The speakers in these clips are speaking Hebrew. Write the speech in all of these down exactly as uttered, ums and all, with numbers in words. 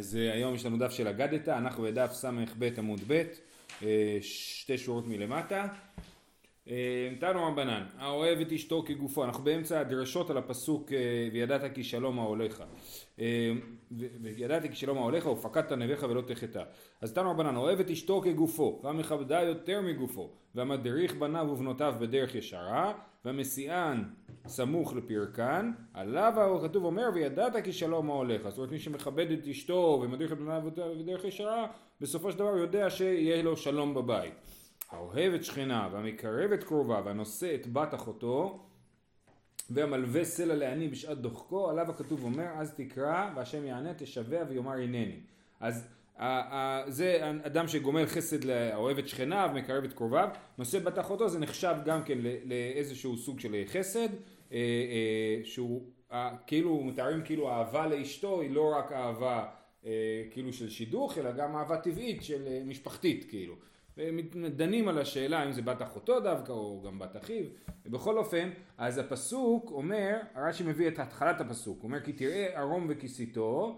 אז היום יש לנו דף של אגדת, אנחנו בדף סמך ב' עמוד ב', שתי שורות מלמטה. תנו רבנן, האוהב את אשתו כגופו, אנחנו באמצע הדרשות על הפסוק וידעת כי שלום אהליך. וידעת כי שלום אהליך ופקדת נביך ולא תחטא. אז תנו רבנן, האוהב את אשתו כגופו, והמכבדה יותר מגופו, והמדריך בניו ובנותיו בדרך ישרה, והמסיען סמוך לפרקן, עליו הכתוב אומר וידעת כי שלום אהליך. זאת אומרת, מי שמכבד את אשתו ומדריך את בניו בדרך ישרה, בסופו של דבר יודע שיהיה לו שלום בבית. האוהב את שכנה והמקרב את קרובה והנושא את בת אחותו והמלווה סלע לעני בשעת דוחקו, עליו הכתוב אומר אז תקרא והשם יענה תשבע ויאמר הנני. אז זה אדם שגומל חסד לאוהב את שכנה ומקרב את קרוביו, נושא בת אחותו, זה נחשב גם כן לאיזשהו סוג של חסד, שהוא כאילו מתארים כאילו אהבה לאשתו היא לא רק אהבה כאילו של שידוך אלא גם אהבה טבעית של משפחתית כאילו. ודנים על השאלה אם זה בת אחותו דווקא או גם בת אחיו. בכל אופן, אז הפסוק אומר, הרש"י מביא את התחלת הפסוק, הוא אומר כי תראה ערום וכיסיתו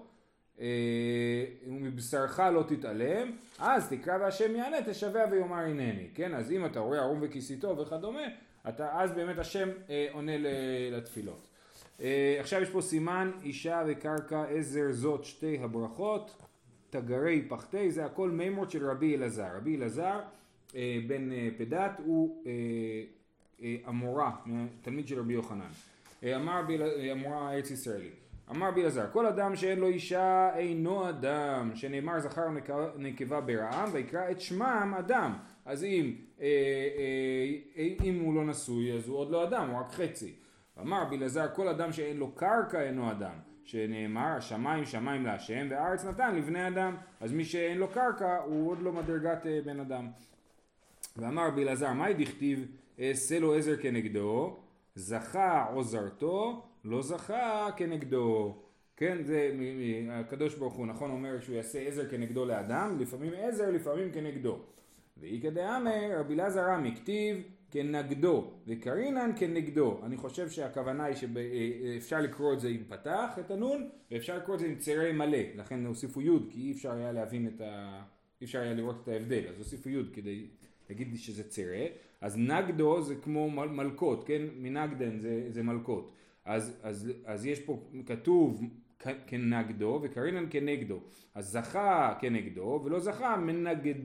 ומבשרך לא תתעלם, אז תקרא והשם יענה תשבע ויאמר הנני. כן, אז אם אתה רואה ערום וכיסיתו וכדומה, אתה, אז באמת השם אה, עונה לתפילות. אה, עכשיו יש פה סימן אישה וקרקע עזר זאת שתי הברכות, תגרי פחתי, זה הכל מימות של רבי אלעזר. רבי אלעזר אה, בן אה, פדת הוא אה, אה, אמורה, תלמיד של רבי יוחנן. אה, אמר ב, אה, אמורה ארץ ישראלי. אמר רבי אלעזר, כל אדם שאין לו אישה אינו אדם, שנאמר זכר ונקבה ברעם, ויקרא את שמם אדם. אז אם, אה, אה, אם הוא לא נשוי, אז הוא עוד לא אדם, הוא רק חצי. אמר רבי אלעזר, כל אדם שאין לו קרקע אינו אדם. שנאמר השמיים שמיים להשם והארץ נתן לבני אדם, אז מי שאין לו קרקע הוא עוד לא מדרגת בן אדם. ואמר רבי אלעזר מה דכתיב אעשה לו עזר כנגדו, זכה עוזרתו לא זכה כנגדו. כן, זה הקדוש ברוך הוא נכון אומר שהוא יעשה עזר כנגדו לאדם, לפעמים עזר לפעמים כנגדו. ואיכא דאמר רבי אלעזר מכתיב כנגדו וקרינן כנגדו. אני חושב שהכוונה היא שאפשר לקרוא את זה עם פתח את הנון ואפשר לקרוא את זה עם צירי מלא, לכן הוסיפו יוד כי אי אפשר היה להבין את ה... אי אפשר היה לראות את ההבדל, אז הוסיפו יוד כדי להגיד לי שזה צירי. אז נגדו זה כמו מלכות, כן, מנגדן זה, זה מלכות, אז, אז, אז יש פה כתוב כנגדו וקרינן כנגדו, אז זכה כנגדו ולא זכה מנגד,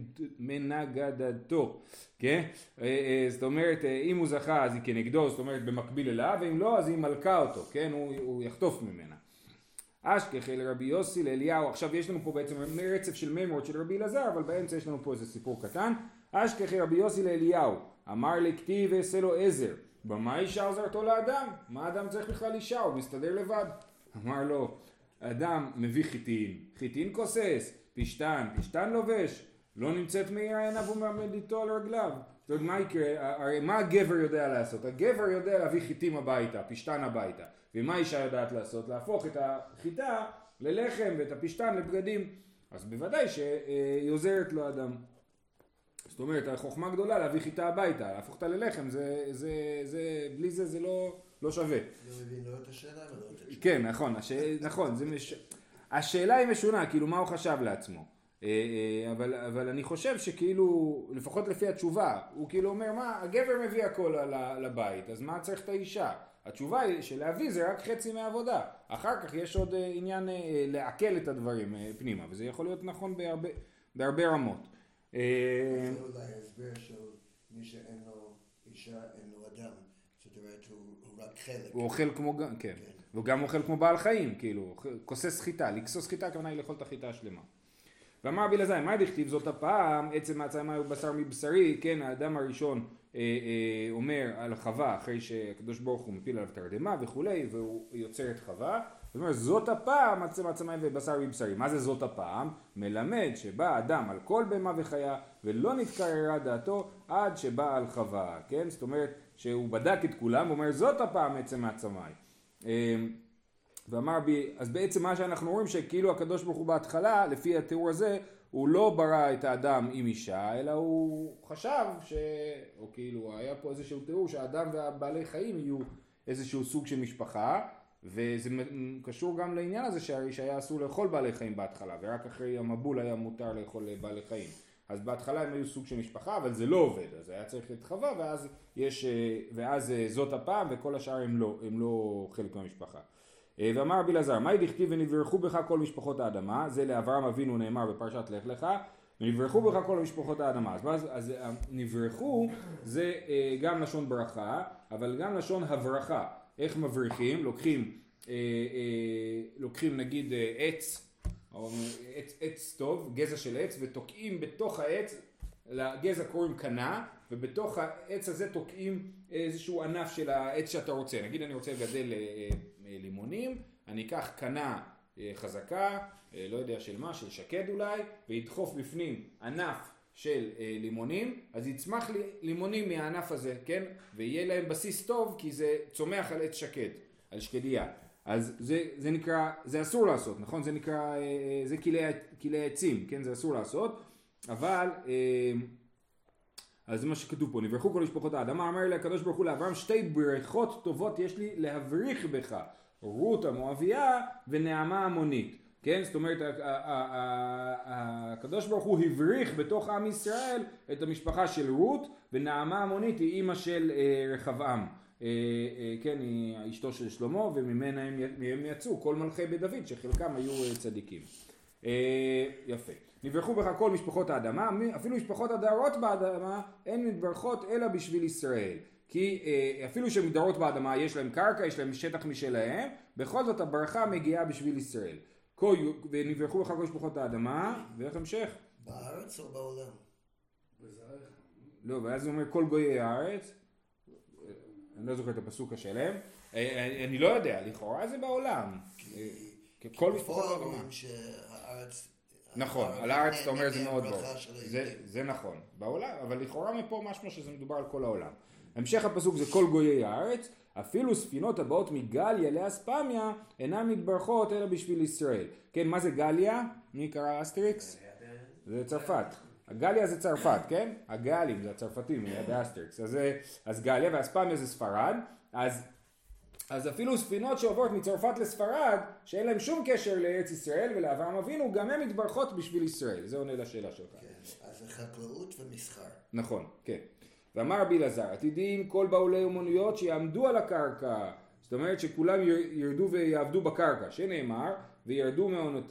מנגדתו, כן? זאת אומרת אם הוא זכה אז היא כנגדו, זאת אומרת במקביל אליו, ואם לא אז היא מלכה אותו, כן? הוא, הוא יחטוף ממנה. אשכחי לרבי יוסי לאליהו, עכשיו יש לנו פה בעצם רצף של מימות של רבי אלעזר, אבל באמצע יש לנו פה איזה סיפור קטן. אשכחי רבי יוסי לאליהו, אמר לכתיב ועשה לו עזר, במה אישה עוזרתו לאדם? מה אדם צריך בכלל אישה? הוא מסתדר לבד. אמר לו, אדם מביא חיטין, חיטין כוסס, פשטן, פשטן לובש, לא נמצאת מאיר עיניו ומעמד איתו על רגליו. זאת אומרת, מה יקרה? הרי מה הגבר יודע לעשות? הגבר יודע להביא חיטים הביתה, פשטן הביתה. ומה אישה יודעת לעשות? להפוך את החיטה ללחם ואת הפשטן לבגדים. אז בוודאי שהיא עוזרת לו אדם. זאת אומרת, החוכמה גדולה להביא חיטה הביתה, להפוך אותה ללחם, זה, זה, זה, בלי זה זה לא, לא שווה. לא מבין לא את השאלה ולא את התשובה. כן, נכון, הש... נכון, זה מש... השאלה היא משונה, כאילו מה הוא חשב לעצמו. אבל, אבל אני חושב שכאילו, לפחות לפי התשובה, הוא כאילו אומר, מה, הגבר מביא הכל לבית, אז מה צריך את האישה? התשובה היא שלהביא זה רק חצי מהעבודה. אחר כך יש עוד עניין לעכל את הדברים פנימה, וזה יכול להיות נכון בהרבה, בהרבה רמות. זה אולי הסבר של מי שאין לו אישה, אין לו אדם. זאת אומרת, הוא רק חלק. הוא אוכל כמו, כן. והוא גם אוכל כמו בעל חיים, כאילו, כוסס חיטה. לקסוס חיטה, הכוונה היא לאכול את החיטה השלמה. ואמר רבי אלעזר, מה דכתיב זאת הפעם, עצם מעצמה הוא בשר מבשרי, כן, האדם הראשון אה, אה, אומר על חווה, אחרי שהקדוש ברוך הוא מפיל עליו תרדמה וכולי, והוא יוצר את חווה, זאת אומרת, זאת הפעם, עצם מעצמה ובשר מבשרי. מה זה זאת הפעם? מלמד שבא אדם על כל בהמה וחיה, ולא נתקררה דעתו עד שבא על חווה, כן? זאת אומרת, שהוא בדק את כולם, הוא אומר, זאת הפעם עצם מעצמה. אה, ואמר בי, אז בעצם מה שאנחנו רואים שכאילו הקדוש ברוך הוא בהתחלה, לפי התיאור הזה, הוא לא ברא את האדם עם אישה, אלא הוא חשב ש... או כאילו היה פה איזשהו תיאור שהאדם והבעלי חיים יהיו איזשהו סוג של משפחה, וזה קשור גם לעניין הזה שהיה אסור לאכול בעלי חיים בהתחלה, ורק אחרי המבול היה מותר לאכול בעלי חיים. אז בהתחלה הם היו סוג של משפחה, אבל זה לא עובד, אז היה צריך את חווה, ואז, יש, ואז זאת הפעם, וכל השאר הם לא, הם לא חלק מהמשפחה. ואמר רבי אלעזר, מהי דכתיב ונברכו בך כל משפחות האדמה? זה לאברהם אבינו נאמר בפרשת לך לך, ונברכו בך כל משפחות האדמה. אז, אז נברכו זה גם לשון ברכה, אבל גם לשון הברכה. איך מבריחים? לוקחים, אה, אה, לוקחים נגיד עץ, או עץ, עץ טוב, גזע של עץ, ותוקעים בתוך העץ, לגזע קוראים קנה, ובתוך העץ הזה תוקעים איזשהו ענף של העץ שאתה רוצה. נגיד אני רוצה לגדל אה, אה, לימונים, אני אקח קנה אה, חזקה, אה, לא יודע של מה, של שקד אולי, וידחוף בפנים ענף של אה, לימונים, אז יצמח לי לימונים מהענף הזה, כן? ויהיה להם בסיס טוב, כי זה צומח על עץ שקד, על שקדיה. אז זה, זה נקרא, זה אסור לעשות, נכון? זה נקרא, אה, זה כלי עצים, כן? זה אסור לעשות, אבל, אה, אז זה מה שכתוב פה, נברכו כל משפחות האדמה, אמר לי הקדוש ברוך הוא לאברהם, שתי ברכות טובות יש לי להבריך בך, רות המואביה ונעמה המונית. כן, זאת אומרת, הקדוש ברוך הוא הבריך בתוך עם ישראל את המשפחה של רות, ונעמה המונית היא אימא של רחבעם, כן, היא אשתו של שלמה, וממנה הם יצאו כל מלכי בית דוד, שחלקם היו צדיקים. יפה. נברכו בך כל משפחות האדמה, אפילו משפחות הדרות באדמה, הן מתברכות אלא בשביל ישראל. כי אפילו שמדרות באדמה יש להם קרקע, יש להם שטח משלהם, בכל זאת הברכה מגיעה בשביל ישראל. ונברכו בך כל משפחות האדמה, ואיך המשך? בארץ או בעולם? לא, ואז הוא אומר כל גויי הארץ, אני לא זוכר את הפסוק השלם, אני לא יודע, לכאורה זה בעולם. כל משפחות האדמה. נכון, על הארץ אתה אומר זה מאוד ברור, זה נכון, בעולם, אבל לכאורה מפה משמע שזה מדובר על כל העולם. המשך הפסוק זה כל גויי הארץ, אפילו ספינות הבאות מגליה לאספמיה אינן מתברכות אלא בשביל ישראל. כן, מה זה גליה? מי קרא אסטריקס? זה צרפת. הגליה זה צרפת, כן? הגלים זה הצרפתים, זה אסטריקס. אז, אז גליה ואספמיה זה ספרד. אז, אז אפילו ספינות שעוברות מצרפת לספרד, שאין להם שום קשר לארץ ישראל ולאברהם אבינו, גם הן מתברכות בשביל ישראל. זה עונה לשאלה שלך. כן, אז זה חקלאות ומסחר. נכון, כן. ואמר רבי אלעזר, עתידים כל בעלי אומנויות שיעמדו על הקרקע, זאת אומרת שכולם ירדו ויעבדו בקרקע, שנאמר, וירדו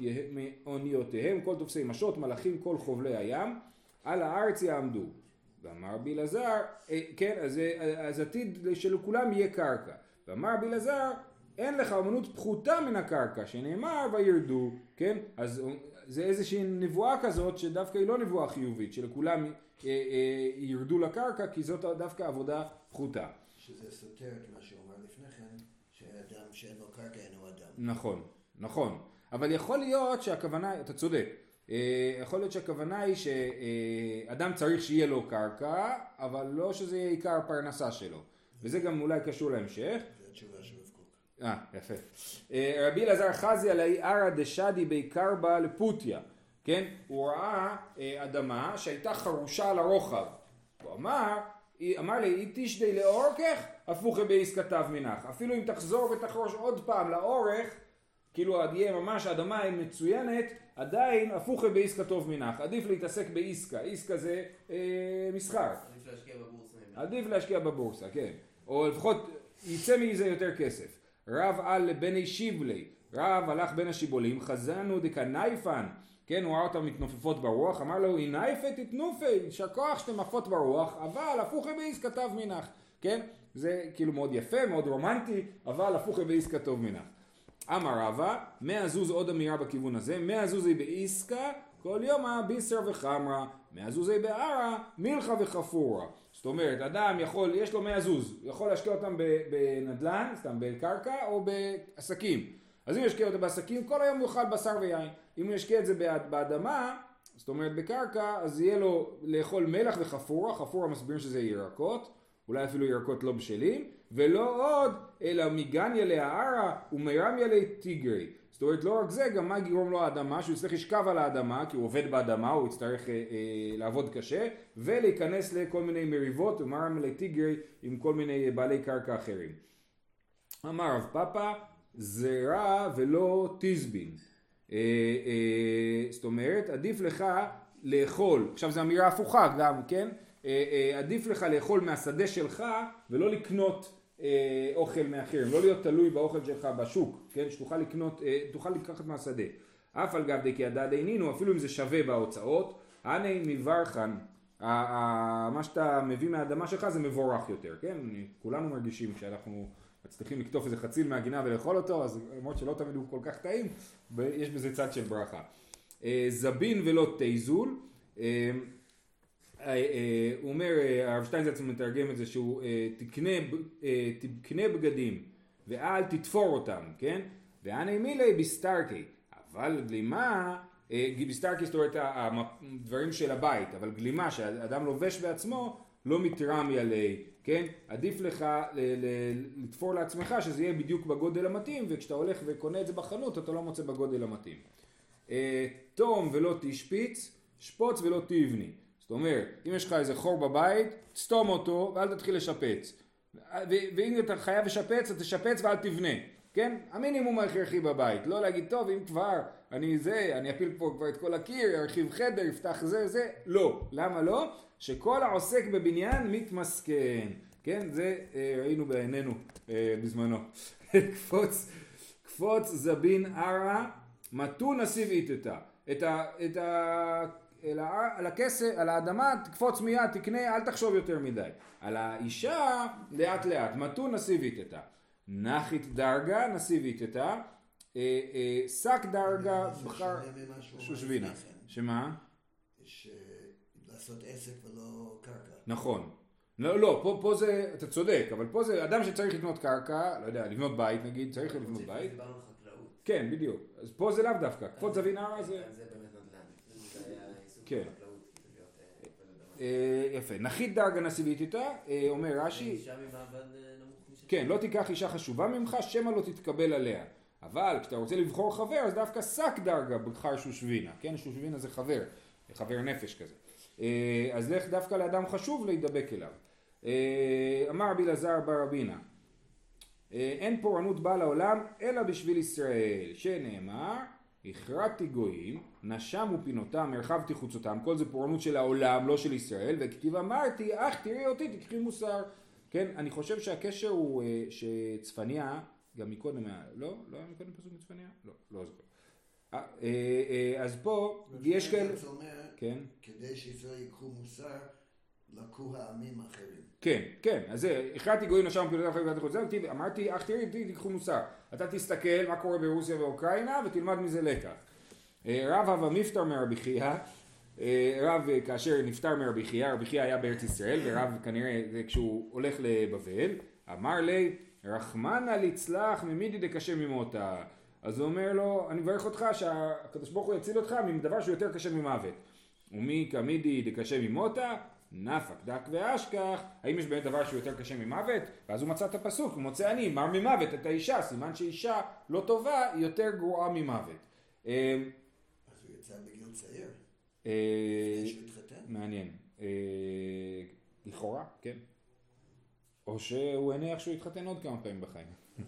מאוניותיהם כל תופסי משות, מלאכים כל חובלי הים, על הארץ יעמדו. ואמר רבי אלעזר, כן, אז, אז עתיד שלכולם יהיה קרקע. ואמר רבי אלעזר, אין לך אומנות פחותה מן הקרקע, שנאמר וירדו, כן, אז זה איזושהי נבואה כזאת שדווקא היא לא נבואה חיובית, שלכולם ירדו לקרקע, כי זאת דווקא עבודה פחותה. שזה סותר את מה שאומר לפני כן, שאדם שאין לו קרקע אינו אדם. נכון, נכון. אבל יכול להיות שהכוונה, אתה צודק, יכול להיות שהכוונה היא שאדם צריך שיהיה לו קרקע, אבל לא שזה יהיה עיקר הפרנסה שלו. וזה גם אולי קשור להמשך. זה התשובה של רב קוק. אה, יפה. רבי אלעזר חזי עלי ערא דשדי בעיקר בה לפוטיה. כן? הוא ראה אדמה שהייתה חרושה על הרוחב. הוא אמר, אמר לי, היא תשדי לאורכך, הפוך בייס כתב מנח. אפילו אם תחזור ותחרוש עוד פעם לאורך, כאילו יהיה ממש אדמה מצוינת, עדיין הפוך בייס כתוב מנח. עדיף להתעסק בעסקה. עסקה זה אה, מסחר. עדיף להשקיע בבורסה. עדיף להשקיע בבורסה, כן. או לפחות יצא מזה יותר כסף. רב על לבני שיבלי. רב הלך בין השיבולים, חזנו דקנייפן. כן, הוא ראה אותם מתנופפות ברוח, אמר לו, הנייפת תתנופי, שכוח שאתם עפות ברוח, אבל הפוך בייס כתב מנח. כן? זה כאילו מאוד יפה, מאוד רומנטי, אבל הפוך בייס כתב מנח. אמר רבא, מאה זוז עוד אמירה בכיוון הזה, מאה זוזי בעסקה, כל יום ביסר וחמרה, מאה זוזי בערה, מלכה וחפורה. זאת אומרת, אדם יכול, יש לו מאה זוז, יכול להשקיע אותם בנדלן, סתם בקרקע, או בעסקים. אז אם ישקיע אותם בעסקים, כל היום יאכל בשר ויין. אם הוא ישקיע את זה באדמה, זאת אומרת בקרקע, אז יהיה לו לאכול מלח וחפורה, חפורה מסבירים שזה ירקות, אולי אפילו ירקות לא בשלים, ולא עוד, אלא מגניה להערה ומרמיה לטיגרי. זאת אומרת, לא רק זה, גם מה יגרום לו האדמה, שהוא יצטרך לשכב על האדמה, כי הוא עובד באדמה, הוא יצטרך אה, אה, לעבוד קשה, ולהיכנס לכל מיני מריבות, ומרמיה לטיגרי עם כל מיני בעלי קרקע אחרים. אמר רב פאפא, זרע ולא תזבין. אה, אה, זאת אומרת, עדיף לך לאכול, עכשיו זו אמירה הפוכה גם, כן? אה, אה, עדיף לך לאכול מהשדה שלך ולא לקנות אה, אוכל מאחרים, לא להיות תלוי באוכל שלך בשוק, כן? שתוכל לקנות, אה, תוכל לקחת מהשדה. אף על גב דקי הדד אינינו, אפילו אם זה שווה בהוצאות, הנה מברכן, מה שאתה מביא מהאדמה שלך זה מבורך יותר, כן? כולנו מרגישים כשאנחנו מצליחים לקטוף איזה חציל מהגינה ולאכול אותו, אז למרות שלא תמיד הוא כל כך טעים, יש בזה צד של ברכה. זבין ולא תיזול, הוא אומר, הרב שטיינזלץ מתרגם את זה שהוא תקנה, תקנה בגדים ואל תתפור אותם, כן? והנה מילי בסטרקי, אבל גלימה, בסטרקי זאת אומרת הדברים של הבית, אבל גלימה שהאדם לובש בעצמו לא מתרמי עלי, כן? עדיף לך לתפור לעצמך שזה יהיה בדיוק בגודל המתאים, וכשאתה הולך וקונה את זה בחנות אתה לא מוצא בגודל המתאים. תום ולא תשפיץ, שפוץ ולא תבני. זאת אומרת, אם יש לך איזה חור בבית, תסתום אותו ואל תתחיל לשפץ. ואם אתה חייב לשפץ, אתה תשפץ ואל תבנה. כן? המינימום ההכרחי בבית. לא להגיד, טוב, אם כבר אני זה, אני אפיל פה כבר את כל הקיר, ארחיב חדר, יפתח זה, זה. לא. למה לא? שכל העוסק בבניין מתמסכן. כן? זה ראינו בעינינו בזמנו. קפוץ, קפוץ זבין ערה, מתון נסיב איתתה. את ה... את ה... על הכסף, על האדמה תקפוץ מיד, תקנה, אל תחשוב יותר מדי. על האישה לאט לאט, מתון נסיב איתתה. נחית דרגה נסיב איתתה. שק דרגה בחר שושבינה. שמה? לעשות עסק ולא קרקע. נכון. לא, לא, פה, פה זה, אתה צודק, אבל פה זה אדם שצריך לקנות קרקע, לא יודע, לבנות בית נגיד, צריך לבנות בית. דיברנו חקלאות. כן, בדיוק. אז פה זה לאו דווקא. קפוץ זבין ערה זה... זה באמת נדל"ן. זה היה עיסוק כן. בחקלאות. יפה. נחית דרגה נסיבית איתה, אומר רש"י. אישה ממעמד נמוך משל. כן, לא תיקח אישה חשובה ממך, שמא לא תתקבל עליה. אבל כשאתה רוצה לבחור חבר, אז דווקא שק דרגה בחר שושבינה. כן, שושבינה זה חבר, חבר נפש כזה. אז לך דווקא לאדם חשוב להידבק אליו. אמר רבי אלעזר בר רבינה, אין פורענות באה לעולם אלא בשביל ישראל, שנאמר הכרעתי גויים, נשם ופינותם, הרחבתי חוצותם, כל זה פורענות של העולם, לא של ישראל, וכתיב אמרתי, אך תראי אותי, תקחי מוסר. כן, אני חושב שהקשר הוא שצפניה, גם מקודם, לא? לא היה מקודם פסוק מצפניה? לא, לא זוכר. אז פה יש כאלה... זה אומר, כדי שישראל יקחו מוסר, לקחו העמים האחרים. כן, כן, אז זה, הכרעתי גויים נשם ופינותם, הרחבתי חוצותם, אמרתי, אך תראי אותי, תקחו מוסר. אתה תסתכל מה קורה ברוסיה ואוקראינה ותלמד מזה לקח. רב אבא מפטר מרבי חייא, רב כאשר נפטר מרבי חייא, רבי חייא היה בארץ ישראל, ורב כנראה כשהוא הולך לבבל, אמר לי, רחמנא ליצלח ממידי דקשה ממותה. אז הוא אומר לו, אני מברך אותך שהקדוש ברוך הוא יציל אותך מדבר שהוא יותר קשה ממוות. ומי כמידי דקשה ממותה? נפק דק ואשכח. האם יש באמת דבר שהוא יותר קשה ממוות? ואז הוא מצא את הפסוק, הוא מוצא אני, מר ממוות את האישה, סימן שאישה לא טובה היא יותר גרועה ממוות. אז הוא יצא בגיל צעיר. שהוא התחתן. מעניין. לכאורה, כן. או שהוא הניח שהוא התחתן עוד כמה פעמים בחיים.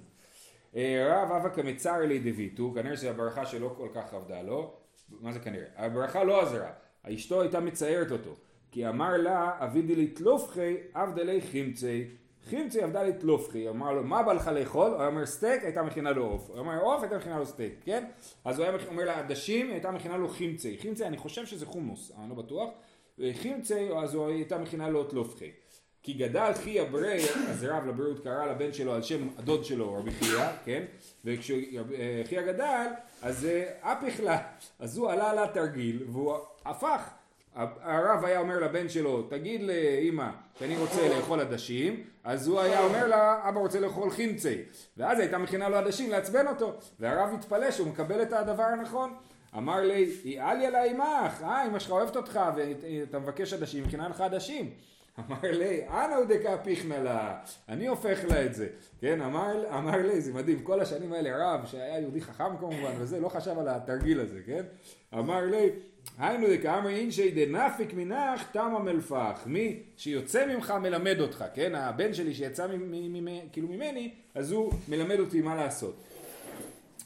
רב אבא כמצר לי דביתו, כנראה שהברכה שלו כל כך עבדה לו. מה זה כנראה? הברכה לא עזרה. אשתו הייתה מציירת אותו. כי אמר לה, אבידי לתלופחי, עבדה לי חימצי. חימצי עבדה לי תלופחי. אמר לו, מה בא לך לאכול? הוא אומר, סטייק, הייתה מכינה לו עוף. הוא אומר, עוף, הייתה מכינה לו סטייק, כן? אז הוא היה אומר לה, עדשים, הייתה מכינה לו חימצי. חימצי, אני חושב שזה חומוס, אני לא בטוח. חימצי, אז הוא הייתה מכינה לו תלופחי. כי גדל חייא ברי, אז רב לבריאות קרא לבן שלו על שם הדוד שלו, רבי חייא, כן? וכשחייא גדל, אז אפיך לה, אז הוא עלה לה תרגיל, והוא הפך. הרב היה אומר לבן שלו, תגיד לאמא שאני רוצה לאכול עדשים, אז הוא היה אומר לה, אבא רוצה לאכול חימצי, ואז הייתה מכינה לו עדשים לעצבן אותו, והרב התפלא שהוא מקבל את הדבר הנכון. אמר לי, יעלי עלי אמך, אה, אמא שלך אוהבת אותך ואתה מבקש עדשים, מכינה לך עדשים. אמר לי, אנא הוא דקה פיכנה לה, אני הופך לה את זה, כן, אמר, אמר לי, זה מדהים, כל השנים האלה רב, שהיה יהודי חכם כמובן, וזה לא חשב על התרגיל הזה, כן, אמר לי, היינו דקה, אמר אינשי דנפיק מנך תמה מלפח, מי שיוצא ממך מלמד אותך, כן, הבן שלי שיצא כאילו ממני, אז הוא מלמד אותי מה לעשות.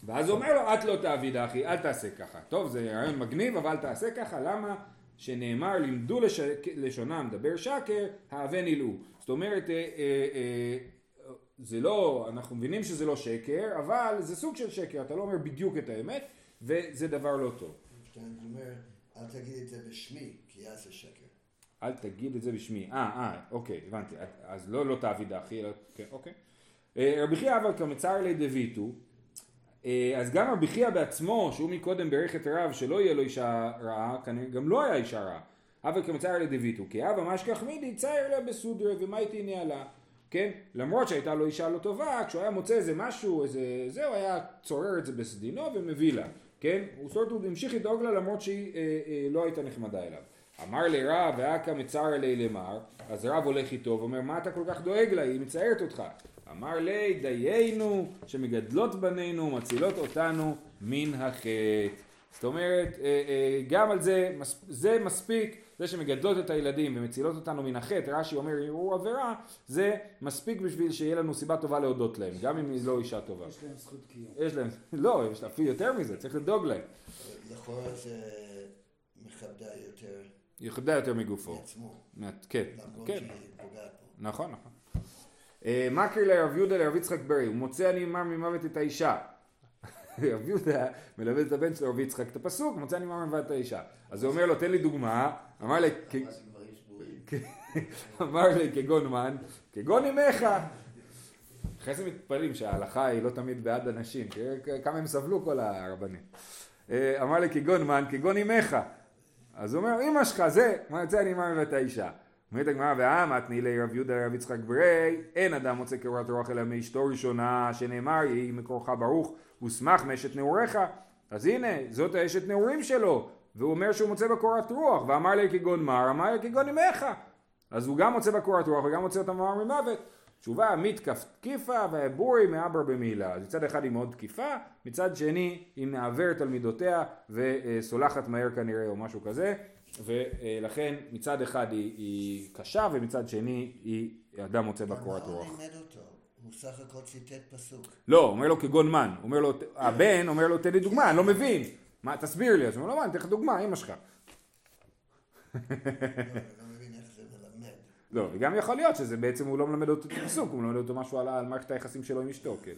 ואז הוא אומר לו, את לא תעביד אחי, אל תעשה ככה. טוב, זה רעיון מגניב, אבל תעשה ככה, למה? שנאמר, לימדו לש... לשונם, דבר שקר, האבן ילאו. זאת אומרת, אה, אה, אה, זה לא, אנחנו מבינים שזה לא שקר, אבל זה סוג של שקר, אתה לא אומר בדיוק את האמת, וזה דבר לא טוב. זאת אומרת, אל תגיד את זה בשמי, כי אז זה שקר. אל תגיד את זה בשמי. אה, אה, אוקיי, הבנתי. אז לא, לא תעביד אחי, אלא, כן, אוקיי. רבי חייא אבל כמצער לי דביתו, אז גם רבי חייא בעצמו, שהוא מקודם ברך את רב שלא יהיה לו אישה רעה, גם לא היה אישה רעה. אבל כמצער לי דביתו, כי אבא משכח מידי, צייר לה בסודרה, ומה הייתי ניהלה? כן? למרות שהייתה לו אישה לא טובה, כשהוא היה מוצא איזה משהו, איזה, זה, הוא היה צורר את זה בסדינו ומביא לה. כן? הוא זאת אומרת, הוא המשיך לדאוג לה למרות שהיא אה, אה, לא הייתה נחמדה אליו. אמר לרב, ואקה מצער לי למר, אז רב הולך איתו ואומר, מה אתה כל כך דואג לה? היא מצערת אותך. אמר לי, דיינו, שמגדלות בנינו, מצילות אותנו מן החטא. זאת אומרת, גם על זה, זה מספיק, זה שמגדלות את הילדים ומצילות אותנו מן החטא, רש"י אומר, הוא עבירה, זה מספיק בשביל שיהיה לנו סיבה טובה להודות להם, גם אם היא לא אישה טובה. יש להם זכות קיום. יש להם, לא, יש אפילו יותר מזה, צריך לדאוג להם. לכאורה זה מכבדה יותר. היא מכבדה יותר מגופו. מעצמו. כן, למרות כן. שהיא פוגעת בו. נכון, נכון. מקר לרב יהודה לרב יצחק ברי, הוא מוצא אני מר ממוות את האישה. רב יהודה מלמד את הבן שלו רב יצחק את הפסוק, מוצא אני מר ממוות את האישה. אז הוא אומר לו, תן לי דוגמה, אמר לי, אמר לי כגון מן, כגון אמך. אחרי זה מתפלאים שההלכה היא לא תמיד בעד אנשים, כמה הם סבלו כל הרבנים. אמר לי כגון מן, כגון אמך. אז הוא אומר, אמא שלך זה, מוצא אני מר ממוות את האישה. אומרת הגמרא, ואמת נילי רב יהודה רב יצחק ברי, אין אדם מוצא קורת רוח אלא מאשתו ראשונה, שנאמר, יהי מקורך ברוך, ושמח מאשת נעוריך. אז הנה, זאת האשת נעורים שלו, והוא אומר שהוא מוצא בקורת רוח, ואמר לי כגון מר, אמר לי כגון אמך. אז הוא גם מוצא בקורת רוח, וגם מוצא אותה מר ממוות. תשובה, מתקף תקיפה, והבורי מעבר במילה. אז מצד אחד היא מאוד תקיפה, מצד שני היא מעברת על מידותיה, וסולחת מהר כנראה, או משהו כזה. ולכן מצד אחד היא, היא קשה ומצד שני היא אדם מוצא בקורת רוח. מה הוא לימד אותו? הוא סך הכל ציטט פסוק. לא, הוא אומר לו כגון מן, אומר לו, הבן אומר לו תן לי דוגמה, אני לא מבין, מה תסביר לי, אז הוא אומר לו מה, אני אתן לך דוגמה, אמא שלך. לא, אני לא מבין איך זה מלמד. לא, וגם יכול להיות שזה בעצם הוא לא מלמד אותו את הפסוק, הוא מלמד אותו משהו על, על מערכת היחסים שלו עם אשתו, כאילו.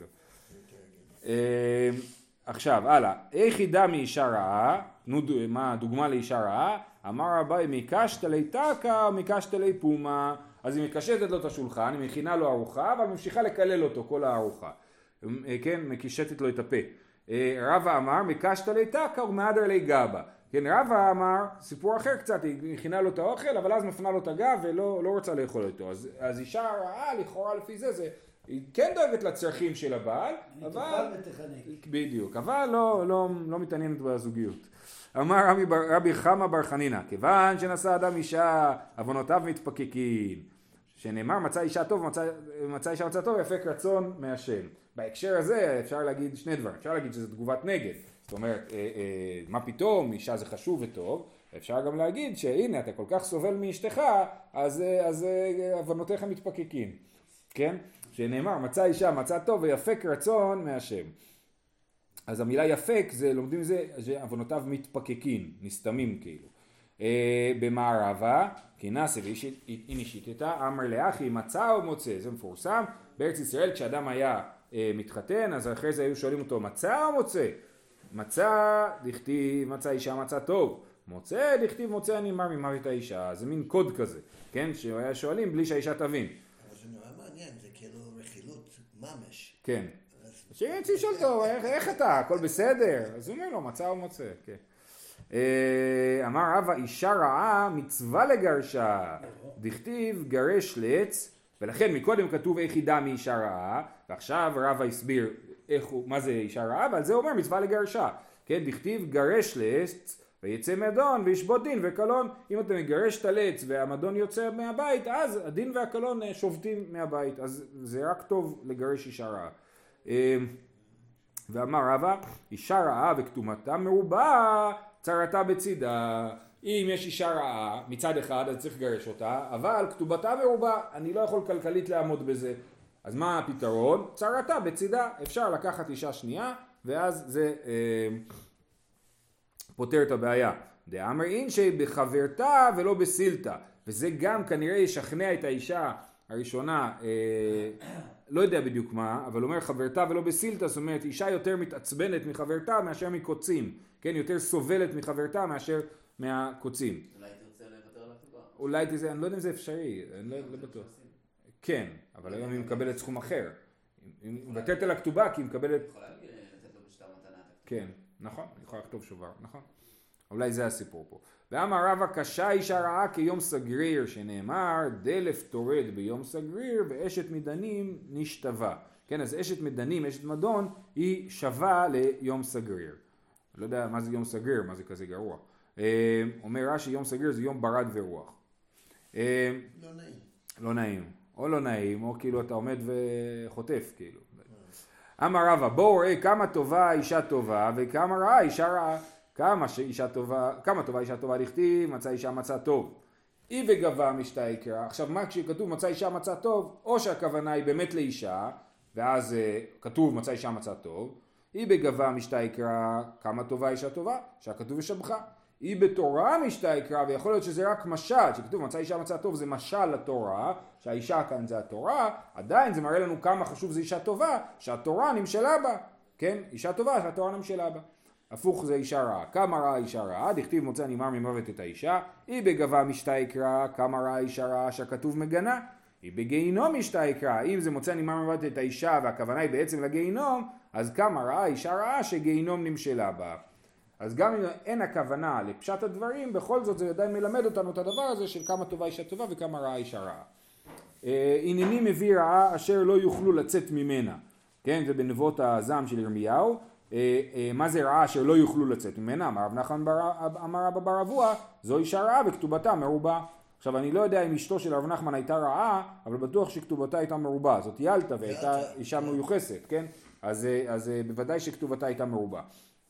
עכשיו, הלאה, איך ידע מאישה רעה, נו, מה הדוגמה לאישה רעה? אמר רבי, מקשת לי תקה, מקשת לי פומה. אז היא מקשטת לו את השולחן, היא מכינה לו ארוחה, אבל ממשיכה לקלל אותו כל הארוחה. כן, מקישטת לו את הפה. רבא אמר, מקשת לי תקה ומהדר לי גבה. כן, רבא אמר, סיפור אחר קצת, היא מכינה לו את האוכל, אבל אז מפנה לו את הגב ולא לא רוצה לאכול אותו. אז, אז אישה רעה, לכאורה לפי זה, זה, היא כן דואגת לצרכים של הבעל, אבל... היא תאכל ותחנק. בדיוק, אבל לא, לא, לא מתעניינת בזוגיות. אמר רבי, רבי חמא בר חנינא, כיוון שנשא אדם אישה, עוונותיו מתפקקים. שנאמר מצא אישה טוב, מצא, מצא אישה מצא טוב, יפק רצון מהשם. בהקשר הזה אפשר להגיד שני דברים, אפשר להגיד שזה תגובת נגד. זאת אומרת, אה, אה, מה פתאום, אישה זה חשוב וטוב. אפשר גם להגיד שהנה אתה כל כך סובל מאשתך, אז, אז עוונותיך מתפקקים. כן? שנאמר מצא אישה מצא טוב ויפק רצון מהשם. אז המילה יפק, זה, לומדים זה, שעוונותיו מתפקקים, נסתמים כאילו. אה, במערבה, כנסה ואין אישיתתה, אמר לאחי, מצא או מוצא, זה מפורסם. בארץ ישראל כשאדם היה אה, מתחתן, אז אחרי זה היו שואלים אותו, מצא או מוצא? מצא, דכתיב, מצא אישה, מצא טוב. מוצא, דכתיב, מוצא אני מר ממוות האישה. זה מין קוד כזה, כן? שהיה שואלים בלי שהאישה תבין. אבל זה נורא מעניין, זה כאילו רכילות ממש. כן. שירצי לשאול אותו, איך, איך אתה? הכל בסדר? אז הוא אומר לו, מצא או מוצא, כן. אמר רבא, אישה רעה מצווה לגרשה, דכתיב גרש לץ, ולכן מקודם כתוב איך ידע מאישה רעה, ועכשיו רבא הסביר איך הוא, מה זה אישה רעה, ועל זה הוא אומר מצווה לגרשה, כן, דכתיב גרש לץ, ויצא מדון וישבות דין וקלון. אם אתה מגרש את הלץ והמדון יוצא מהבית, אז הדין והקלון שובתים מהבית, אז זה רק טוב לגרש אישה רעה. ואמר רבא, אישה רעה וכתומתה מרובה, צרתה בצידה. אם יש אישה רעה מצד אחד אז צריך לגרש אותה, אבל כתובתה מרובה, אני לא יכול כלכלית לעמוד בזה. אז מה הפתרון? צרתה בצידה. אפשר לקחת אישה שנייה ואז זה אה, פותר את הבעיה. דאמר אינשי בחברתה ולא בסילתה, וזה גם כנראה ישכנע את האישה הראשונה, אה, לא יודע בדיוק מה, אבל אומר חברתה ולא בסילתה, זאת אומרת אישה יותר מתעצבנת מחברתה מאשר מקוצים, כן, יותר סובלת מחברתה מאשר מהקוצים. אולי תרצה לוותר על הכתובה. אולי תרצה, אני לא יודע אם זה אפשרי, אני לא, לא בטוח. כן, אבל היום היא מקבלת סכום אחר. היא מוותרת על הכתובה כי היא מקבלת... יכולה לתת לו בשטר מתנה. כן, נכון, אני יכולה לכתוב שובר, נכון. אולי זה הסיפור פה. ואמר רבא קשה אישה רעה כיום סגריר, שנאמר דלף תורד ביום סגריר ואשת מדנים נשתווה. כן, אז אשת מדנים, אשת מדון, היא שווה ליום סגריר. לא יודע מה זה יום סגריר, מה זה כזה גרוע. אומר רש"י יום סגריר זה יום ברד ורוח. לא נעים. לא נעים. או לא נעים, או כאילו אתה עומד וחוטף, כאילו. אמר רבא, בואו ראה כמה טובה אישה טובה, וכמה רעה אישה רעה. כמה אישה טובה, כמה טובה אישה טובה לכתיב, מצא אישה מצא טוב. היא וגבה משתה יקרה. עכשיו מה כשכתוב מצא אישה מצא טוב, או שהכוונה היא באמת לאישה, ואז uh, כתוב מצא אישה מצא טוב, היא בגבה משתה יקרה, כמה טובה אישה טובה, שהכתוב ישבחה. היא בתורה משתה יקרה, ויכול להיות שזה רק משל, שכתוב מצא אישה מצא טוב זה משל לתורה, שהאישה כאן זה התורה, עדיין זה מראה לנו כמה חשוב זה אישה טובה, שהתורה נמשלה בה, כן? אישה טובה שהתורה נמשלה בה. הפוך זה אישה רעה. כמה רעה אישה רעה, דכתיב מוצא נמר ממוות את האישה, היא בגבה משתה יקרה, כמה רעה אישה רעה שהכתוב מגנה, היא בגיהינום משתה יקרה, אם זה מוצא נמר ממוות את האישה והכוונה היא בעצם לגיהינום, אז כמה רעה אישה רעה שגיהינום נמשלה בה. אז גם אם אין הכוונה לפשט הדברים, בכל זאת זה עדיין מלמד אותנו את הדבר הזה של כמה טובה אישה טובה וכמה רעה אישה רעה. הנני מביא רעה אשר לא יוכלו לצאת ממנה, כן, זה בנבואות הזעם של ירמיהו. מה זה רעה אשר לא יוכלו לצאת ממנה? אמר רב נחמן אמר רבא בר אבוה, זו אישה רעה וכתובתה מרובה. עכשיו אני לא יודע אם אשתו של רב נחמן הייתה רעה, אבל בטוח שכתובתה הייתה מרובה. זאת ילתה והייתה אישה מיוחסת, כן? אז, אז בוודאי שכתובתה הייתה מרובה.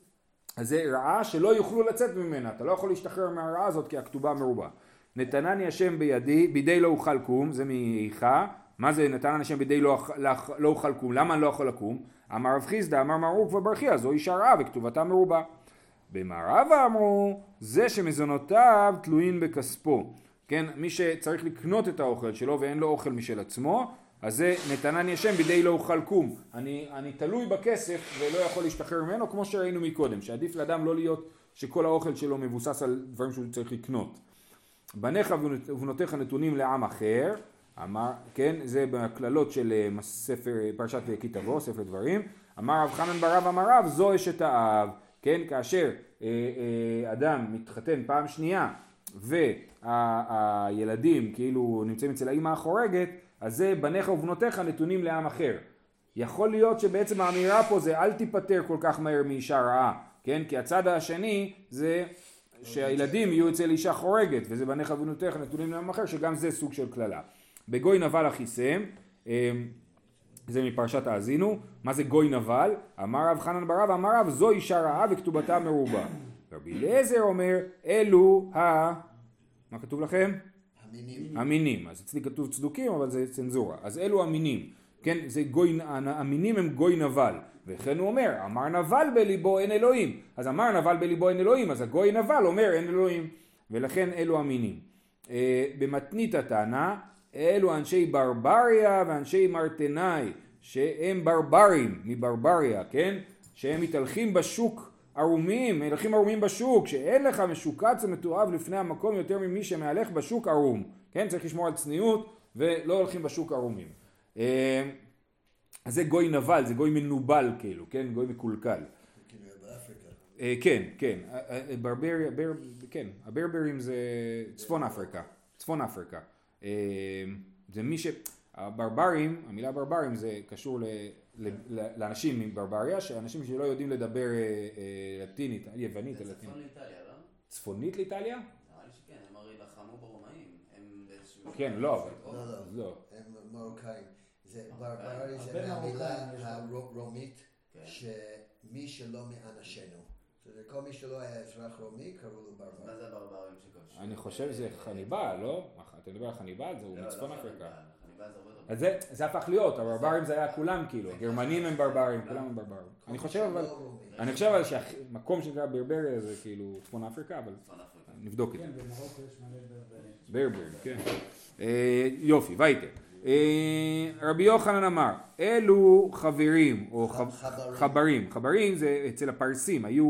אז זה רעה שלא יוכלו לצאת ממנה, אתה לא יכול להשתחרר מהרעה הזאת כי הכתובה מרובה. נתנני השם בידי, בידי לא אוכל קום, זה מאיכה. מה זה נתנני השם בידי לא, לא, לא אוכל קום? למה אני לא יכול לקום? אמר רב חיסדא, אמר מרוק וברכיה, זו אישה רעה וכתובתה מרובה. במערבה אמרו, זה שמזונותיו תלויים בכספו. כן, מי שצריך לקנות את האוכל שלו ואין לו אוכל משל עצמו, אז זה נתנני השם בידי לא אוכל קום. אני, אני תלוי בכסף ולא יכול להשתחרר ממנו, כמו שראינו מקודם, שעדיף לאדם לא להיות שכל האוכל שלו מבוסס על דברים שהוא צריך לקנות. בניך ובנותיך נתונים לעם אחר, אמר, כן, זה בכללות של ספר, פרשת כי תבוא, ספר דברים. אמר רב חנן בר רבא אמר רב, זו אשת האב, כן, כאשר אה, אה, אדם מתחתן פעם שנייה, והילדים כאילו נמצאים אצל האמא החורגת, אז זה בניך ובנותיך נתונים לעם אחר. יכול להיות שבעצם האמירה פה זה אל תיפטר כל כך מהר מאישה רעה, כן, כי הצד השני זה שהילדים יהיו אצל אישה חורגת, וזה בניך ובנותיך נתונים לעם אחר, שגם זה סוג של כללה. בגוי נבל אחיסם, זה מפרשת האזינו. מה זה גוי נבל? אמר רב חנן בר רבא אמר רב, זו אישה רעה וכתובתה מרובה. רבי אליעזר אומר, אלו ה... מה כתוב לכם? המינים. המינים. אז אצלי כתוב צדוקים, אבל זה צנזורה. אז אלו המינים. כן, זה גוי, המינים הם גוי נבל. וכן הוא אומר, אמר נבל בליבו אין אלוהים. אז אמר נבל בליבו אין אלוהים, אז הגוי נבל אומר אין אלוהים. ולכן אלו המינים. במתנית התנא, אלו אנשי ברבריה ואנשי מרתנאי, שהם ברברים מברבריה, כן? שהם מתהלכים בשוק ערומים, מתהלכים ערומים בשוק, שאין לך משוקץ ומתועב לפני המקום יותר ממי שמהלך בשוק ערום, כן? צריך לשמור על צניעות ולא הולכים בשוק ערומים. אז זה גוי נבל, זה גוי מנובל כאילו, כן? גוי מקולקל. באפריקה. כן, כן, ברבריה, כן, הברברים זה צפון אפריקה, צפון אפריקה. זה מי ש... הברברים, המילה ברברים זה קשור ל... לאנשים מברבריה, שאנשים שלא יודעים לדבר לטינית, יוונית, זה לטינית. צפון לאיטליה, לא? צפונית לאיטליה? נראה לי שכן, הם הרי לחמו ברומאים, הם באיזשהו... כן, לא, אבל... לא, לא, לא. הם מרוקאים. זה ברברי, זה מהמילה הרומית, שמי שלא מאנשינו. זה כל מי שלא היה אזרח רומי, קראו לו ברבר. מה זה הברברים שכבשו? אני חושב שזה חניבל, לא? אתה מדבר על חניבל? זה הוא מצפון אפריקה. אז זה, זה הפך להיות, הברברים זה היה כולם כאילו, הגרמנים הם ברברים, כולם הם ברברים. אני חושב אבל, אני חושב אבל שהמקום שנקרא ברבריה זה כאילו צפון אפריקה, אבל נבדוק את זה. כן, במרוקו יש מלא ברברים. ברברים, כן. יופי, וייטר. רבי יוחנן אמר, אלו חברים, או חברים, חברים זה אצל הפרסים, היו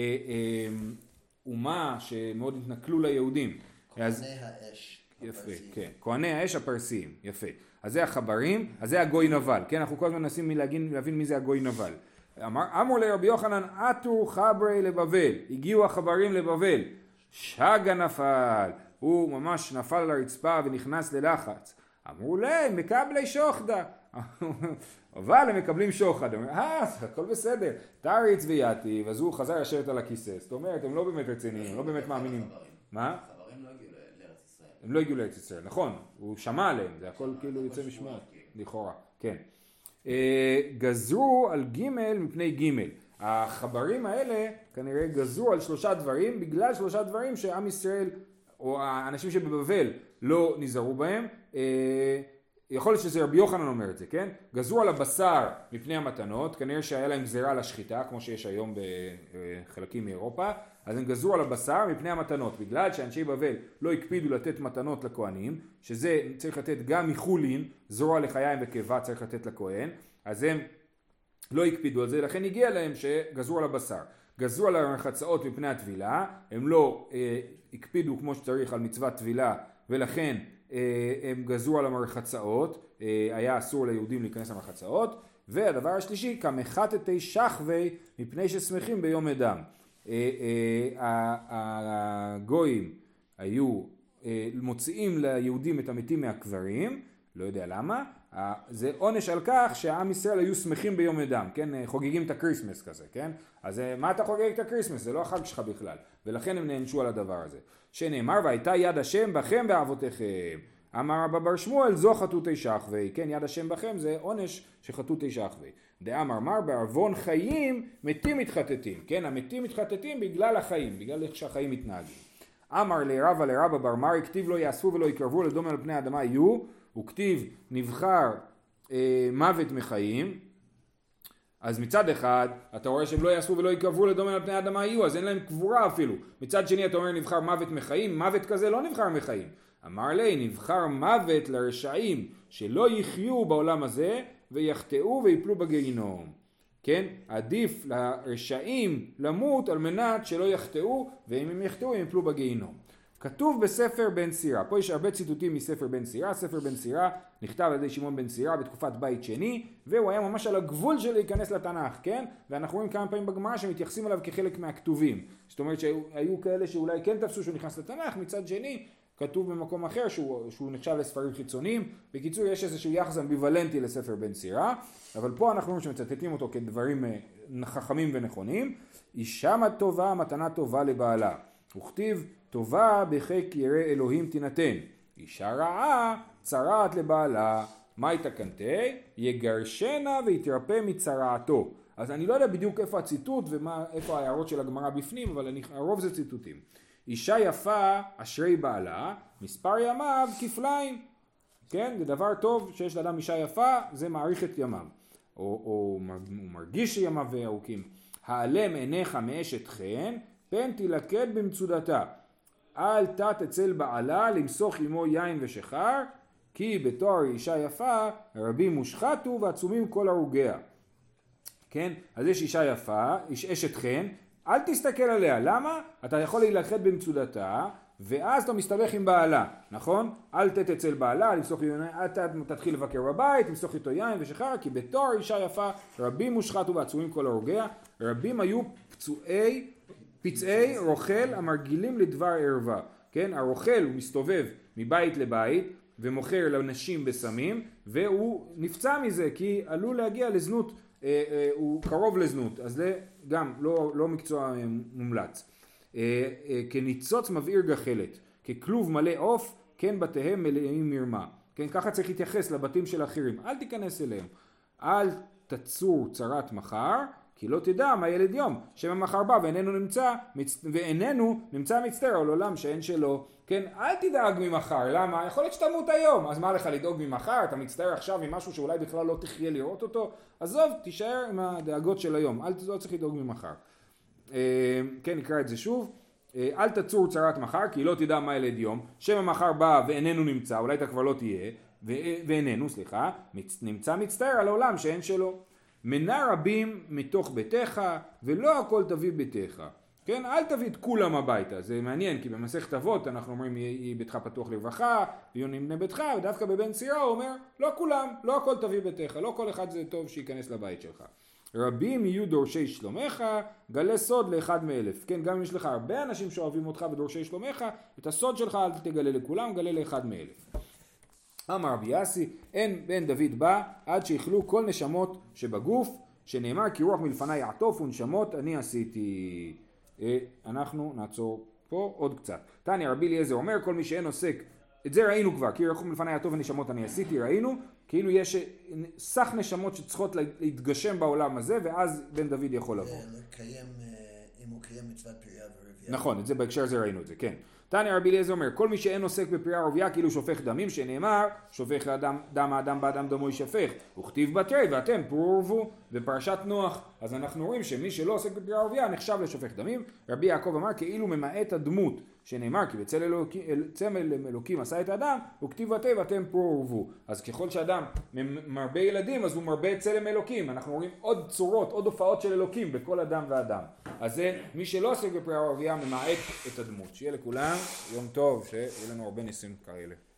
אומה שמאוד התנכלו ליהודים. כהני האש. יפה, כן, כהני האש הפרסיים, יפה. אז זה החברים, אז זה הגוי נבל, כן, אנחנו כל הזמן מנסים להבין מי זה הגוי נבל. אמר, אמרו לרבי יוחנן, עטו חברי לבבל, הגיעו החברים לבבל, שגה נפל, הוא ממש נפל על הרצפה ונכנס ללחץ. אמרו להם, מקבלי שוחדה, אבל הם מקבלים שוחד, הם אומרים, אה, הכל בסדר, תריץ ויאטיב, אז הוא חזר לשבת על הכיסא, זאת אומרת, הם לא באמת רציניים, הם לא באמת מאמינים. מה? הם לא הגיעו לארץ ישראל, נכון, הוא שמע עליהם, זה הכל כאילו יוצא משמעות, לכאורה, כן. גזרו על ג' מפני ג'. החברים האלה כנראה גזרו על שלושה דברים, בגלל שלושה דברים שעם ישראל, או האנשים שבבבל לא נזהרו בהם, יכול להיות שזה רבי יוחנן אומר את זה, כן? גזרו על הבשר מפני המתנות, כנראה שהיה להם גזירה על השחיטה, כמו שיש היום בחלקים מאירופה, אז הם גזרו על הבשר מפני המתנות, בגלל שאנשי בבל לא הקפידו לתת מתנות לכהנים, שזה צריך לתת גם מחולין, זרוע לחיים וקיבה צריך לתת לכהן, אז הם לא הקפידו על זה, לכן הגיע להם שגזרו על הבשר. גזרו על המרחצאות מפני הטבילה, הם לא אה, הקפידו כמו שצריך על מצוות טבילה, ולכן אה, הם גזרו על המרחצאות, אה, היה אסור ליהודים להיכנס למרחצאות, והדבר השלישי, כמחטטי שחווי מפני ששמחים ביום אדם. הגויים היו מוציאים ליהודים את המתים מהקברים, לא יודע למה, זה עונש על כך שהעם ישראל היו שמחים ביום אדם, כן? חוגגים את הקריסמס כזה, כן? אז מה אתה חוגג את הקריסמס? זה לא החג שלך בכלל, ולכן הם נענשו על הדבר הזה. שנאמר, והייתה יד השם בכם באבותיכם. אמר רבא בר שמואל, זו חטותי שחווי, כן? יד השם בכם זה עונש שחטותי שחווי. דאמר מר בעוון חיים מתים מתחטטים, כן? המתים מתחטטים בגלל החיים, בגלל איך שהחיים מתנהגים. אמר לרבא לרבא בר מרי, כתיב לא יאספו ולא יקרבו לדום על פני האדמה יהיו, וכתיב נבחר אה, מוות מחיים. אז מצד אחד אתה רואה שהם לא יאספו ולא יקרבו לדום על פני האדמה יהיו, אז אין להם קבורה אפילו. מצד שני אתה אומר נבחר מוות מחיים, מוות כזה לא נבחר מחיים. אמר לי, נבחר מוות לרשעים שלא יחיו בעולם הזה ויחטאו ויפלו בגיהינום. כן? עדיף לרשעים למות על מנת שלא יחטאו, ואם הם יחטאו הם יפלו בגיהינום. כתוב בספר בן סירה, פה יש הרבה ציטוטים מספר בן סירה, ספר בן סירה נכתב על ידי שמעון בן סירה בתקופת בית שני, והוא היה ממש על הגבול של להיכנס לתנ"ך, כן? ואנחנו רואים כמה פעמים בגמרא שמתייחסים אליו כחלק מהכתובים. זאת אומרת שהיו כאלה שאולי כן תפסו שהוא נכנס לתנ"ך, מצד שני כתוב במקום אחר שהוא, שהוא נחשב לספרים חיצוניים. בקיצור, יש איזשהו יחס אמביוולנטי לספר בן סירה, אבל פה אנחנו רואים שמצטטים אותו כדברים חכמים ונכונים. אישה טובה, מתנה טובה לבעלה. וכתיב, טובה בחיק ירא אלוהים תינתן. אישה רעה, צרעת לבעלה. מה יתקנתי? יגרשנה ויתרפא מצרעתו. אז אני לא יודע בדיוק איפה הציטוט ואיפה ההערות של הגמרא בפנים, אבל אני, הרוב זה ציטוטים. אישה יפה אשרי בעלה, מספר ימיו כפליים. כן, זה דבר טוב שיש לאדם אישה יפה, זה מעריך את ימיו. או, או הוא מרגיש שימיו ארוכים. העלם עיניך מאשת חן, פן תלכד במצודתה. אל תת אצל בעלה למסוך עמו יין ושחר, כי בתואר אישה יפה רבים מושחתו ועצומים כל הרוגיה. כן, אז יש אישה יפה, איש אשת חן, אל תסתכל עליה, למה? אתה יכול להילכד במצודתה, ואז אתה מסתבך עם בעלה, נכון? אל תת אצל בעלה, למסוך יין, אל תתחיל לבקר בבית, למסוך איתו יין ושחר, כי בתואר אישה יפה רבים מושחתו ועצומים כל הרוגיה. רבים היו פצועי, פצעי רוכל המרגילים לדבר ערווה, כן? הרוכל הוא מסתובב מבית לבית ומוכר לנשים בסמים, והוא נפצע מזה כי עלול להגיע לזנות, אה, אה, הוא קרוב לזנות, אז זה גם לא, לא מקצוע מומלץ. אה, אה, כניצוץ מבעיר גחלת, ככלוב מלא עוף, כן בתיהם מלאים מרמה. כן, ככה צריך להתייחס לבתים של אחרים, אל תיכנס אליהם. אל תצור צרת מחר, כי לא תדע מה ילד יום, שמא מחר בא ואיננו נמצא, מצ... ואיננו נמצא מצטער על עולם שאין שלו. כן, אל תדאג ממחר, למה? יכול להיות שתמות היום, אז מה לך לדאוג ממחר? אתה מצטער עכשיו עם משהו שאולי בכלל לא תחיה לראות אותו? עזוב, תישאר עם הדאגות של היום, אל לא צריך לדאוג ממחר. כן, נקרא את זה שוב. אל תצור צרת מחר, כי לא תדע מה ילד יום, שמא מחר בא ואיננו נמצא, אולי אתה כבר לא תהיה, ואיננו, סליחה, נמצא מצטער על העולם שאין שלו. מנה רבים מתוך ביתך, ולא הכל תביא ביתך. כן, אל תביא את כולם הביתה, זה מעניין, כי במסכת אבות אנחנו אומרים, יהי ביתך פתוח לרווחה, ויונים בני ביתך, ודווקא בבן סירה הוא אומר, לא כולם, לא הכל תביא ביתך, לא כל אחד זה טוב שייכנס לבית שלך. רבים יהיו דורשי שלומך, גלה סוד לאחד מאלף. כן, גם אם יש לך הרבה אנשים שאוהבים אותך ודורשי שלומך, את הסוד שלך אל תגלה לכולם, גלה לאחד מאלף. אמר רבי יאסי, אין בן דוד בא עד שיכלו כל נשמות שבגוף, שנאמר כי רוח מלפני יעטוף ונשמות אני עשיתי. אנחנו נעצור פה עוד קצת. תניא רבי אליעזר אומר, כל מי שאין עוסק, את זה ראינו כבר, כי רוח מלפני יעטוף ונשמות אני עשיתי, ראינו, כאילו יש סך נשמות שצריכות להתגשם בעולם הזה, ואז בן דוד יכול לבוא. לקיים, אם הוא קיים מצוות פריה ורבייה. נכון, את זה בהקשר הזה ראינו את זה, כן. תניא רבי אליעזר אומר, כל מי שאין עוסק בפריה ורבייה כאילו שופך דמים, שנאמר, שופך לאדם, דם האדם באדם דמו יישפך, וכתיב בתרי ואתם פרו ורבו, בפרשת נוח. אז אנחנו רואים שמי שלא עוסק בפריה ורבייה נחשב לשופך דמים. רבי יעקב אמר, כאילו ממעט הדמות, שנאמר, כי בצלם אלוקים, צמל אלוקים עשה את האדם, וכתיב בתרי ואתם פרו ורבו. אז ככל שאדם מרבה ילדים, אז הוא מרבה צלם אלוקים. אנחנו רואים עוד צורות, עוד הופעות של אלוקים בכל אדם ואדם. אז זה, מי שלא עוסק בפריה ורבייה ממעט את הדמות. שיהיה לכולם יום טוב, שיהיה לנו הרבה ניסים כאלה.